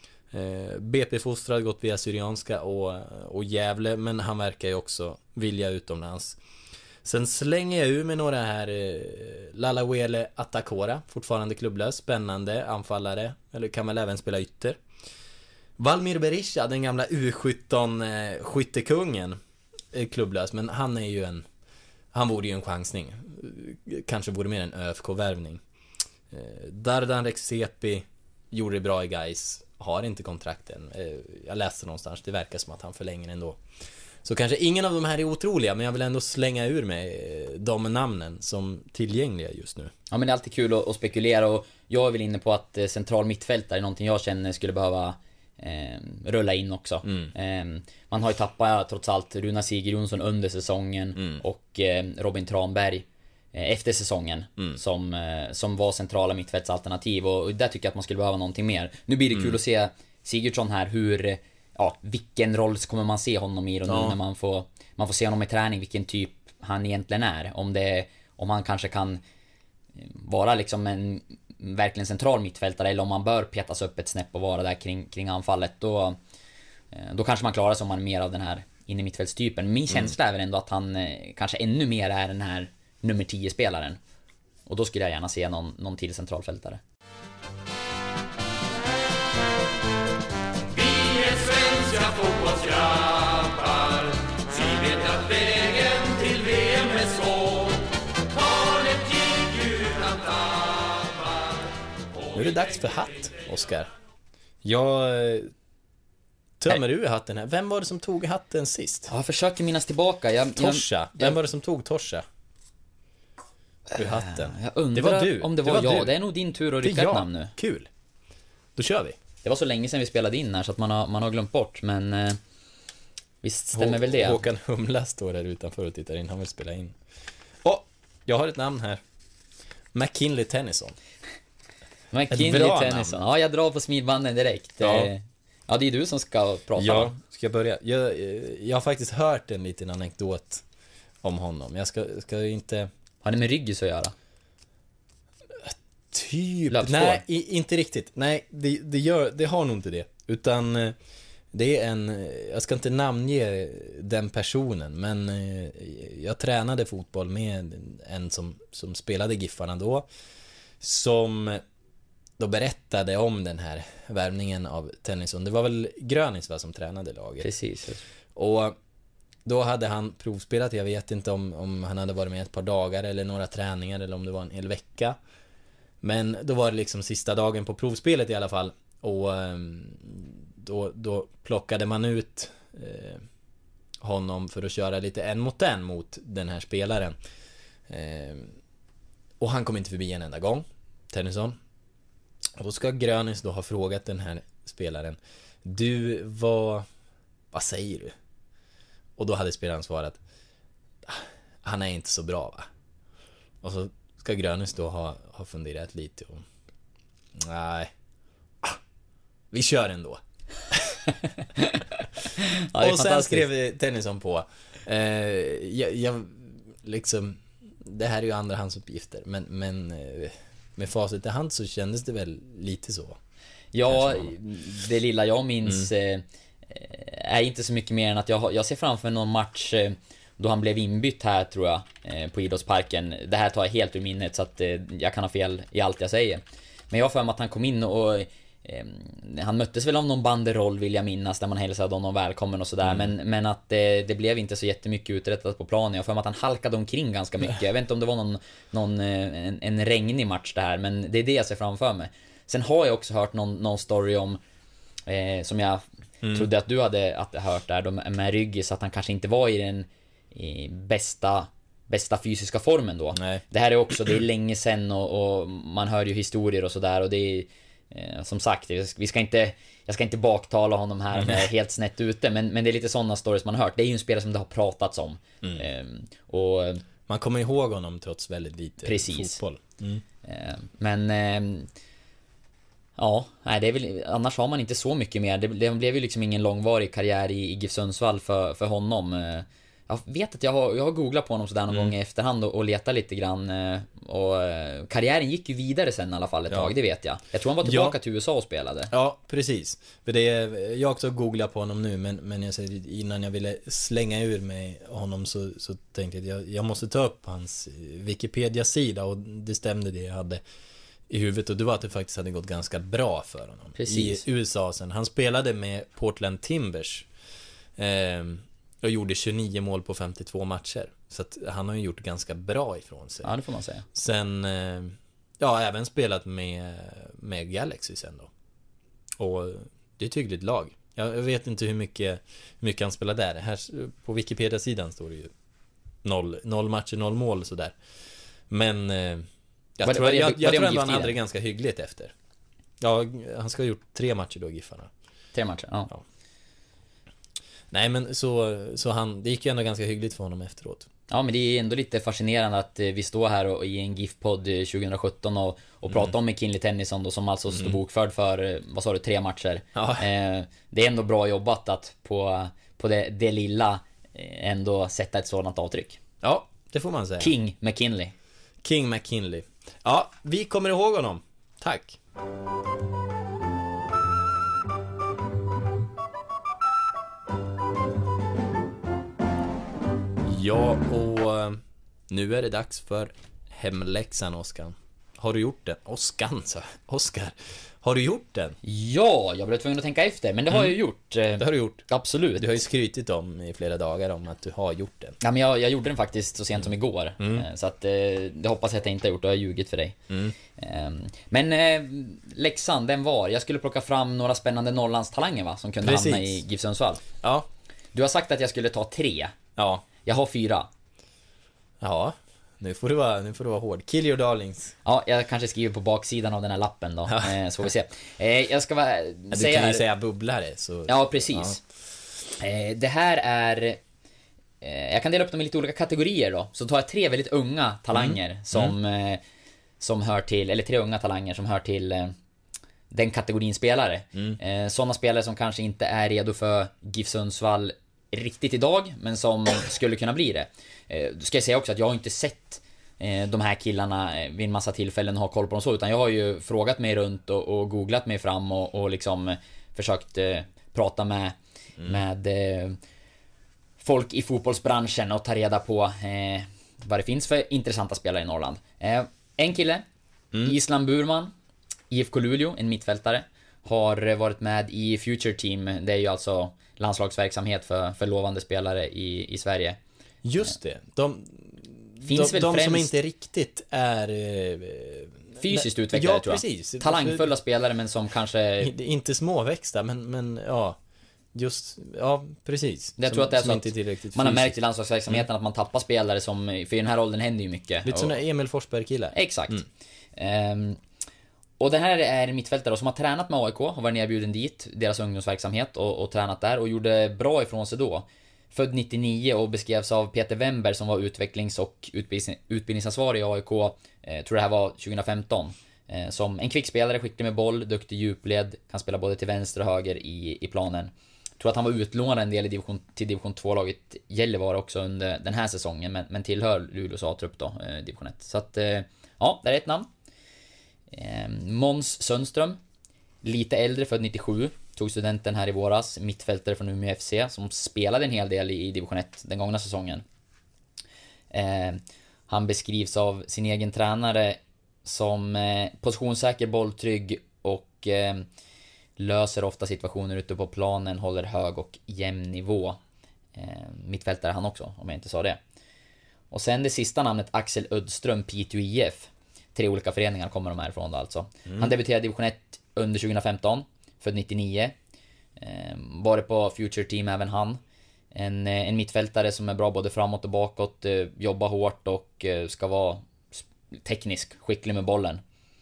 BP-fostrad, gått via Syrianska och Gävle, men han verkar ju också vilja utomlands. Sen slänger jag ur med några här. Lalawele Atakora, fortfarande klubblös, spännande anfallare, eller kan väl även spela ytter. Valmir Berisha, den gamla U17 skyttekungen, är klubblös, men han är ju han vore ju en chansning. Kanske vore mer en ÖFK-värvning. Dardan Rexepi gjorde det bra i Gais, har inte kontrakten. Jag läste någonstans, det verkar som att han förlänger ändå. Så kanske ingen av de här är otroliga, men jag vill ändå slänga ur mig de namnen som tillgängliga just nu. Ja, men det är alltid kul att spekulera, och jag är väl inne på att central mittfältare är någonting jag känner skulle behöva rulla in också. Man har ju tappat trots allt Runa Sigurjonsson under säsongen och Robin Tranberg efter säsongen som var centrala mittfältsalternativ, och där tycker jag att man skulle behöva någonting mer. Nu blir det kul att se Sigurdsson här, vilken roll kommer man se honom i då, nu när man får se honom i träning, vilken typ han egentligen är, om han kanske kan vara liksom en verkligen central mittfältare, eller om man bör petas upp ett snäpp och vara där kring anfallet, då kanske man klarar sig om man är mer av den här inne mittfältstypen. Min känsla är väl ändå att han kanske ännu mer är den här nummer 10-spelaren, och då skulle jag gärna se någon till centralfältare. Vi är svenska fotbollsgrabbar, vi vet att vägen till VM är svår. Talet gick utan tappar. Nu är det dags för hatt, Oskar. Jag tömmer ur hatten här. Vem var det som tog hatten sist? Jag försöker minnas tillbaka. Torsa. Vem var det som tog Torsa? Ur hatten. Jag undrar det var du. Om det var jag. Du. Det är nog din tur att rycka ett namn nu. Kul. Då kör vi. Det var så länge sedan vi spelade in här så att man har glömt bort, men visst stämmer väl det. Håkan Humla står där utanför och tittar in. Han vill spela in. Jag har ett namn här. McKinley Tennyson. McKinley Tennyson. Ja, jag drar på smidbanden direkt. Ja, det är du som ska prata. Ja, ska jag börja? Jag har faktiskt hört en liten anekdot om honom. Jag ska inte... Har det med Ryggis att göra? Typ. Löpspår. Nej, inte riktigt. Nej, det har nog inte det. Utan det är jag ska inte namnge den personen, men jag tränade fotboll med en som spelade Giffarna då, som då berättade om den här värvningen av Tennyson. Det var väl Grönis som tränade laget. Precis. Och då hade han provspelat. Jag vet inte om han hade varit med ett par dagar eller några träningar eller om det var en hel vecka. Men då var det liksom sista dagen på provspelet i alla fall. Och då plockade man ut honom för att köra lite en mot den här spelaren. Och han kom inte förbi en enda gång, Tennyson. Och då ska Grönis då ha frågat den här spelaren: du, vad säger du? Och då hade spelaren svarat: han är inte så bra, va? Och så ska Grönis då ha funderat lite och nej, vi kör ändå. Ja, och sen skrev Tennyson på jag liksom, det här är ju andrahandsuppgifter, men med facit i hand så kändes det väl lite så. Ja, det lilla jag minns är inte så mycket mer än att jag ser framför någon match då han blev inbytt här, tror jag, på Idrottsparken. Det här tar jag helt ur minnet, så att jag kan ha fel i allt jag säger. Men jag har för mig att han kom in och han möttes väl av någon banderoll, vill jag minnas, där man hälsade honom välkommen och sådär. Men att det blev inte så jättemycket uträttat på planen. Jag har för mig att han halkade omkring ganska mycket. Jag vet inte om det var en regnig match det här, men det är det jag ser framför mig. Sen har jag också hört någon story om som jag trodde att du hade hört där, med Ryggis, att han kanske inte var i den bästa fysiska formen då. Nej. Det här är också, det är länge sedan och man hör ju historier och sådär, och det är som sagt, jag ska inte baktala honom här helt snett ute, men det är lite sådana stories man har hört. Det är ju en spelare som det har pratats om. Och man kommer ihåg honom trots väldigt lite fotboll. Men ja, nej, det är väl, annars har man inte så mycket mer. Det blev ju liksom ingen långvarig karriär i GIF Sundsvall för honom. Jag vet att jag har googlat på honom sådär någon gång i efterhand och letat lite grann. Och karriären gick ju vidare sen i alla fall ett tag, det vet jag. Jag tror han var tillbaka till USA och spelade. Ja, precis. För jag har också googlat på honom nu, men jag säger, innan jag ville slänga ur mig honom så tänkte jag att jag måste ta upp hans Wikipedia-sida, och det stämde det jag hade i huvudet, och det var att det faktiskt hade gått ganska bra för honom. Precis. I USA sen. Han spelade med Portland Timbers och gjorde 29 mål på 52 matcher. Så att han har ju gjort ganska bra ifrån sig. Ja, det får man säga. Sen även spelat med Galaxy sen då. Och det är ett hyggligt lag. Jag vet inte hur mycket han spelar där. Här på Wikipedia-sidan står det ju 0 matcher, 0 mål sådär. Men jag tror att han hade det ganska hyggligt efter. Ja, han ska ha gjort 3 matcher då, Giffarna. 3 matcher, ja. Nej, men så det gick ju ändå ganska hyggligt för honom efteråt. Ja, men det är ändå lite fascinerande att vi står här och i en GIF-podd 2017 och pratar om McKinley Tennyson då, som alltså står bokförd för, vad sa du, 3 matcher. Ja. Det är ändå bra jobbat att på det lilla ändå sätta ett sådant avtryck. Ja, det får man säga. King McKinley. Ja, vi kommer ihåg honom. Tack. Ja, och nu är det dags för hemläxan, Oskar. Har du gjort den? Oskar, har du gjort den? Ja, jag blev tvungen att tänka efter, men det har jag gjort. Det har du gjort? Absolut. Du har ju skrytit om i flera dagar om att du har gjort den. Ja, men jag gjorde den faktiskt så sent som igår. Så att det hoppas jag att jag inte har gjort, och jag har ljugit för dig. Men läxan, den var, jag skulle plocka fram några spännande Norrlandstalanger, va, som kunde hamna i GIF Sundsvall. Ja. Du har sagt att jag skulle ta 3. Ja. Jag har 4. Ja, nu får du vara hård. Kill your darlings. Ja, jag kanske skriver på baksidan av den här lappen då. Så får vi se. Jag ska säga... Du kan ju säga bubblare. Så... Ja, precis. Ja. Det här är... Jag kan dela upp dem i lite olika kategorier då. Så tar jag 3 väldigt unga talanger som hör till... Eller 3 unga talanger som hör till den kategorin spelare. Sådana spelare som kanske inte är redo för GIF Sundsvall riktigt idag, men som skulle kunna bli det. Ska jag säga också att jag har inte sett de här killarna vid en massa tillfällen ha koll på dem så, utan jag har ju frågat mig runt och googlat mig fram och liksom försökt prata med folk i fotbollsbranschen och ta reda på vad det finns för intressanta spelare i Norrland. En kille, Island Burman, IFK Luleå, en mittfältare. har varit med i Future Team. Det är ju alltså landslagsverksamhet för lovande spelare i Sverige. Just det. Finns väl de främst som inte riktigt är fysiskt utvecklade, tror jag. Precis. Talangfulla spelare, men som kanske inte småväxta, men ja, just, ja, precis. Jag tror att det är så inte tillräckligt man har fysiskt. märkt i landslagsverksamheten att man tappar spelare som, för i den här åldern händer ju mycket. Lite såna Emil Forsberg-killar. Exakt. Och det här är en mittfältare som har tränat med AIK, har varit erbjuden dit, deras ungdomsverksamhet, och tränat där och gjorde bra ifrån sig då. Född 99 och beskrevs av Peter Wember, som var utvecklings- och utbildningsansvarig i AIK, tror det här var 2015. Som en kvickspelare, skicklig med boll, duktig djupled, kan spela både till vänster och höger i planen. Tror att han var utlånad en del till division 2-laget Gällivare också under den här säsongen, men tillhör Luleås A-trupp då, division 1. Så att, ja, där är ett namn. Måns Sundström, lite äldre, född 97, tog studenten här i våras, mittfältare från Umeå FC, som spelade en hel del i division 1 den gångna säsongen. Han beskrivs av sin egen tränare som positionssäker, bolltrygg och löser ofta situationer ute på planen, håller hög och jämn nivå. Mittfältare han också, om jag inte sa det. Och sen det sista namnet, Axel Ödström, Piteå IF. 3 olika föreningar kommer de härifrån då alltså. Han debuterade i division 1 under 2015, född 99. Var på Future Team även han. En mittfältare som är bra både framåt och bakåt, jobbar hårt och ska vara teknisk, skicklig med bollen.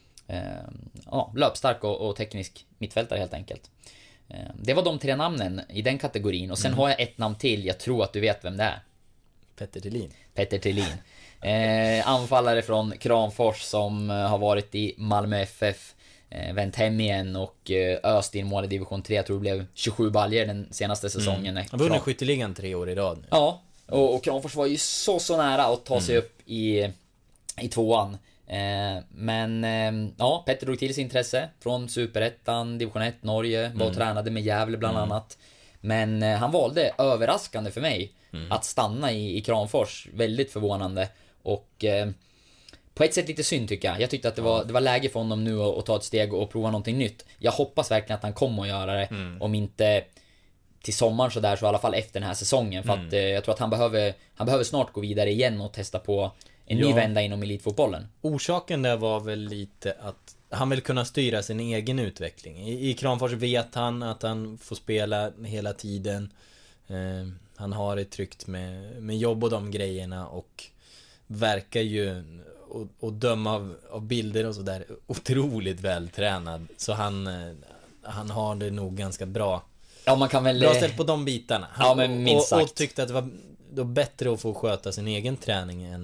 Ja, löpstark och teknisk mittfältare helt enkelt. Det var de 3 namnen i den kategorin. Och sen har jag ett namn till, jag tror att du vet vem det är. Petter Thelin. Anfallare från Kramfors som har varit i Malmö FF, vänt hem igen och öst in mål i division 3. Jag tror det blev 27 baljer den senaste säsongen. Han vunnit skytteligan 3 år i rad nu. Ja, och Kramfors var ju så nära att ta sig upp i 2an. Men ja, Petter drog till sig intresse från Superettan, division 1, Norge, var och tränade med Gävle bland annat. Men han valde, överraskande för mig, att stanna i Kramfors. Väldigt förvånande. Och på ett sätt lite synd, tycker jag. Jag tyckte att det var läge för honom nu att ta ett steg och prova någonting nytt. Jag hoppas verkligen att han kommer att göra det. Om inte till sommaren så i alla fall efter den här säsongen. För att jag tror att han behöver snart gå vidare igen och testa på en ny vända inom elitfotbollen. Orsaken där var väl lite att han vill kunna styra sin egen utveckling. I Kramfors vet han att han får spela hela tiden. Han har det tryggt med jobb och de grejerna, och verkar ju, och döma av bilder och sådär, otroligt vältränad. Så han har det nog ganska bra. Ja, man kan väl bra ställt på de bitarna. Ja, men minst sagt. Och tyckte att det var då bättre att få sköta sin egen träning än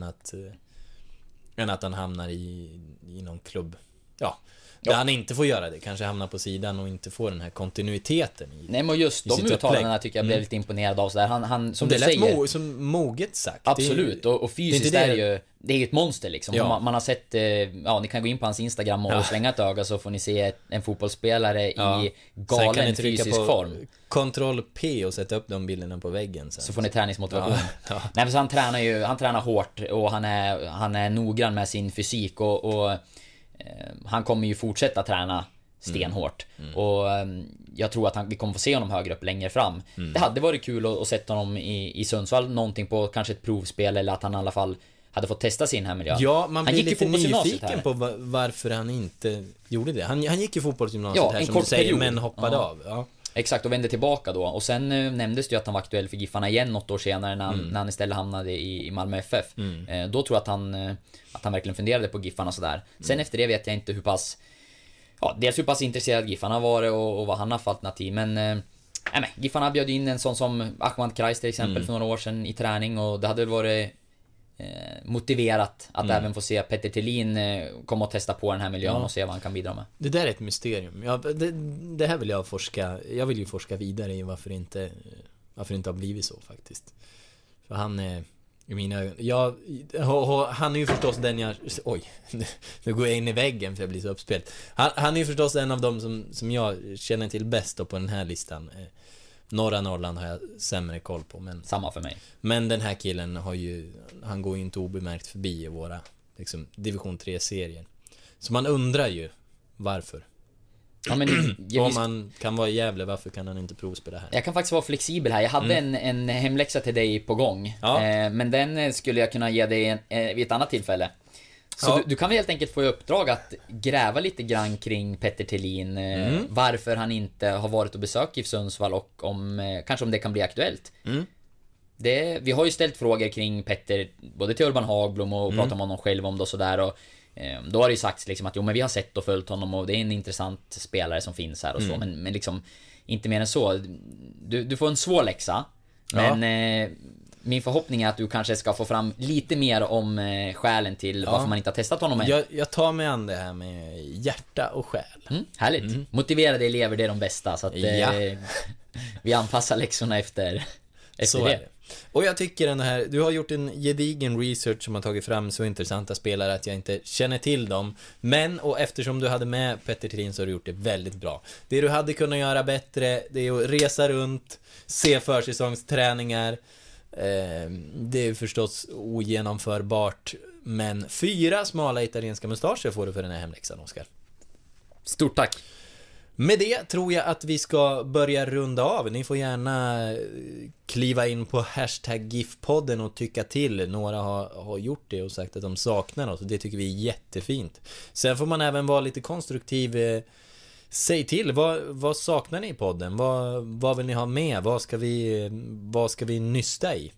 att han hamnar i någon klubb. Ja. Där han inte får göra det, kanske hamnar på sidan och inte får den här kontinuiteten nej, men just de uttalandena tycker jag blev lite imponerad av så där. Han som det du säger, som moget sagt. Absolut, och fysiskt det är ju ett monster liksom. Ja. Man har sett, ni kan gå in på hans Instagram och slänga ett öga, så får ni se en fotbollsspelare i galen fysisk form. Ctrl P och sätta upp de bilderna på väggen sen. Så får ni träningsmotivation. Nej, men så han tränar hårt, och han är noggrann med sin fysik, och han kommer ju fortsätta träna stenhårt. Och jag tror att vi kommer få se honom högre upp längre fram. Det hade varit kul att sätta honom i Sundsvall, någonting på kanske ett provspel, eller att han i alla fall hade fått testa sin här miljö. Ja, man blir lite nyfiken på varför han inte gjorde det. Han gick ju fotbollsgymnasiet här, som du säger, men hoppade av. Ja. Exakt, och vände tillbaka då. Och sen nämndes det ju att han var aktuell för Giffarna igen något år senare, när han istället hamnade i Malmö FF. Då tror jag att han verkligen funderade på Giffarna sådär. Sen efter det vet jag inte hur pass intresserad Giffarna var och vad han har för alternativ. Men Giffarna bjöd in en sån som Ahmad Kreis till exempel för några år sedan i träning, och det hade väl varit motiverat att även få se Petter Thelin komma och testa på den här miljön och se vad han kan bidra med. Det där är ett mysterium. Det här vill jag forska. Jag vill ju forska vidare i varför det inte har blivit så faktiskt. För han är i mina ögon, han är ju förstås den nu går jag in i väggen för jag blir så uppspelt. Han är ju förstås en av dem som jag känner till bäst då på den här listan. Norra Norrland har jag sämre koll på, men samma för mig. Men den här killen han går ju inte obemärkt förbi i våra liksom division 3-serier. Så man undrar ju varför. Ja, men Om man kan vara i Gävle, varför kan han inte provspela här? Jag kan faktiskt vara flexibel här. Jag hade en hemläxa till dig på gång. Ja. Men den skulle jag kunna ge dig vid ett annat tillfälle. Så du kan väl helt enkelt få i uppdrag att gräva lite grann kring Petter Thelin. Varför han inte har varit och besökt GIF Sundsvall och kanske om det kan bli aktuellt. Vi har ju ställt frågor kring Petter både till Urban Hagblom och pratat om honom själv om det och sådär. Och då har det ju sagts liksom att men vi har sett och följt honom och det är en intressant spelare som finns här och så. Men liksom inte mer än så. Du får en svår läxa. Men min förhoppning är att du kanske ska få fram lite mer om skälen till varför man inte har testat honom än. Jag tar mig an det här med hjärta och själ. Härligt. Motiverade elever, det är de bästa. Så att vi anpassar läxorna efter så det. Är det. Och jag tycker den här, du har gjort en gedigen research som har tagit fram så intressanta spelare att jag inte känner till dem. Men, och eftersom du hade med Petter Thelin så har du gjort det väldigt bra. Det du hade kunnat göra bättre, det är att resa runt, se försäsongsträningar. Det är förstås ogenomförbart. Men 4 smala italienska mustascher får du för den här hemläxan, Oskar. Stort tack. Med det tror jag att vi ska börja runda av. Ni får gärna kliva in på #GIF-podden och tycka till. Några har gjort det och sagt att de saknar oss. Det tycker vi är jättefint. Sen får man även vara lite konstruktiv. Säg till, vad saknar ni i podden? Vad vill ni ha med? Vad ska vi nysta i?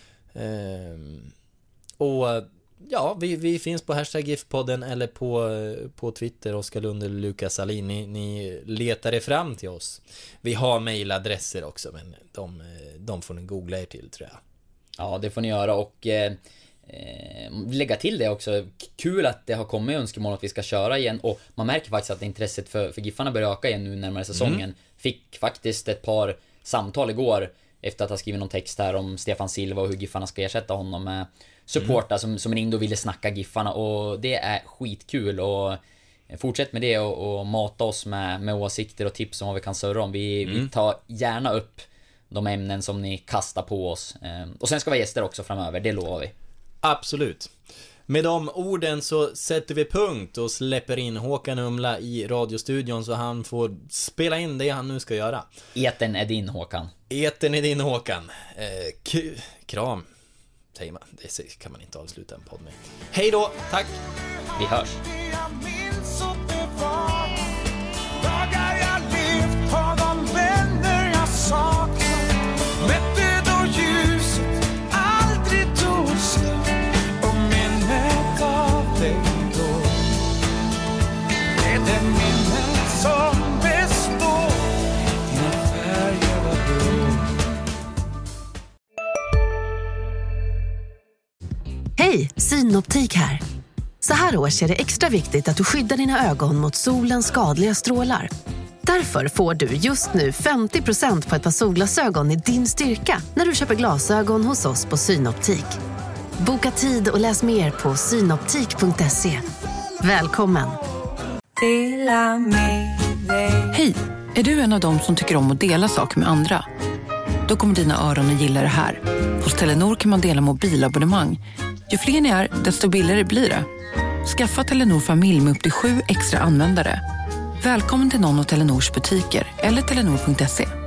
Och ja, vi finns på #GIF-podden eller på Twitter, Oskar Lund eller Lukas Salin. Ni letar er fram till oss. Vi har mejladresser också, men de får ni googla er till, tror jag. Ja, det får ni göra och lägga till det också. Kul att det har kommit önskemål att vi ska köra igen. Och man märker faktiskt att intresset för Giffarna börjar öka igen nu närmare säsongen. Fick faktiskt ett par samtal igår efter att ha skrivit någon text här om Stefan Silva och hur Giffarna ska ersätta honom med supportar som ringde och ville snacka Giffarna. Och det är skitkul. Och fortsätt med det och mata oss med åsikter och tips om vad vi kan surra om. Vi tar gärna upp de ämnen som ni kastar på oss. Och sen ska vi ha gäster också framöver, det lovar vi. Absolut. Med de orden så sätter vi punkt och släpper in Håkan Umla i radiostudion så han får spela in det han nu ska göra. Eten är din, Håkan. Eten är din, Håkan. Kram, säger man. Det kan man inte avsluta en podd med. Hej då, tack. Vi hörs. Dagar jag levt har de vänner jag saknar. Mätte då ljuset aldrig tog slut. Och minnet av dig då är det minnet som består. Dina färger var blå. Hej, Synoptik här. Så här års är det extra viktigt att du skyddar dina ögon mot solens skadliga strålar. Därför får du just nu 50% på ett par solglasögon i din styrka när du köper glasögon hos oss på Synoptik. Boka tid och läs mer på synoptik.se. Välkommen! Hej, är du en av dem som tycker om att dela saker med andra? Då kommer dina öron att gilla det här. Hos Telenor kan man dela mobilabonnemang. Ju fler ni är, desto billigare blir det. Skaffa Telenor familj med upp till 7 extra användare. Välkommen till någon av Telenors butiker eller telenor.se.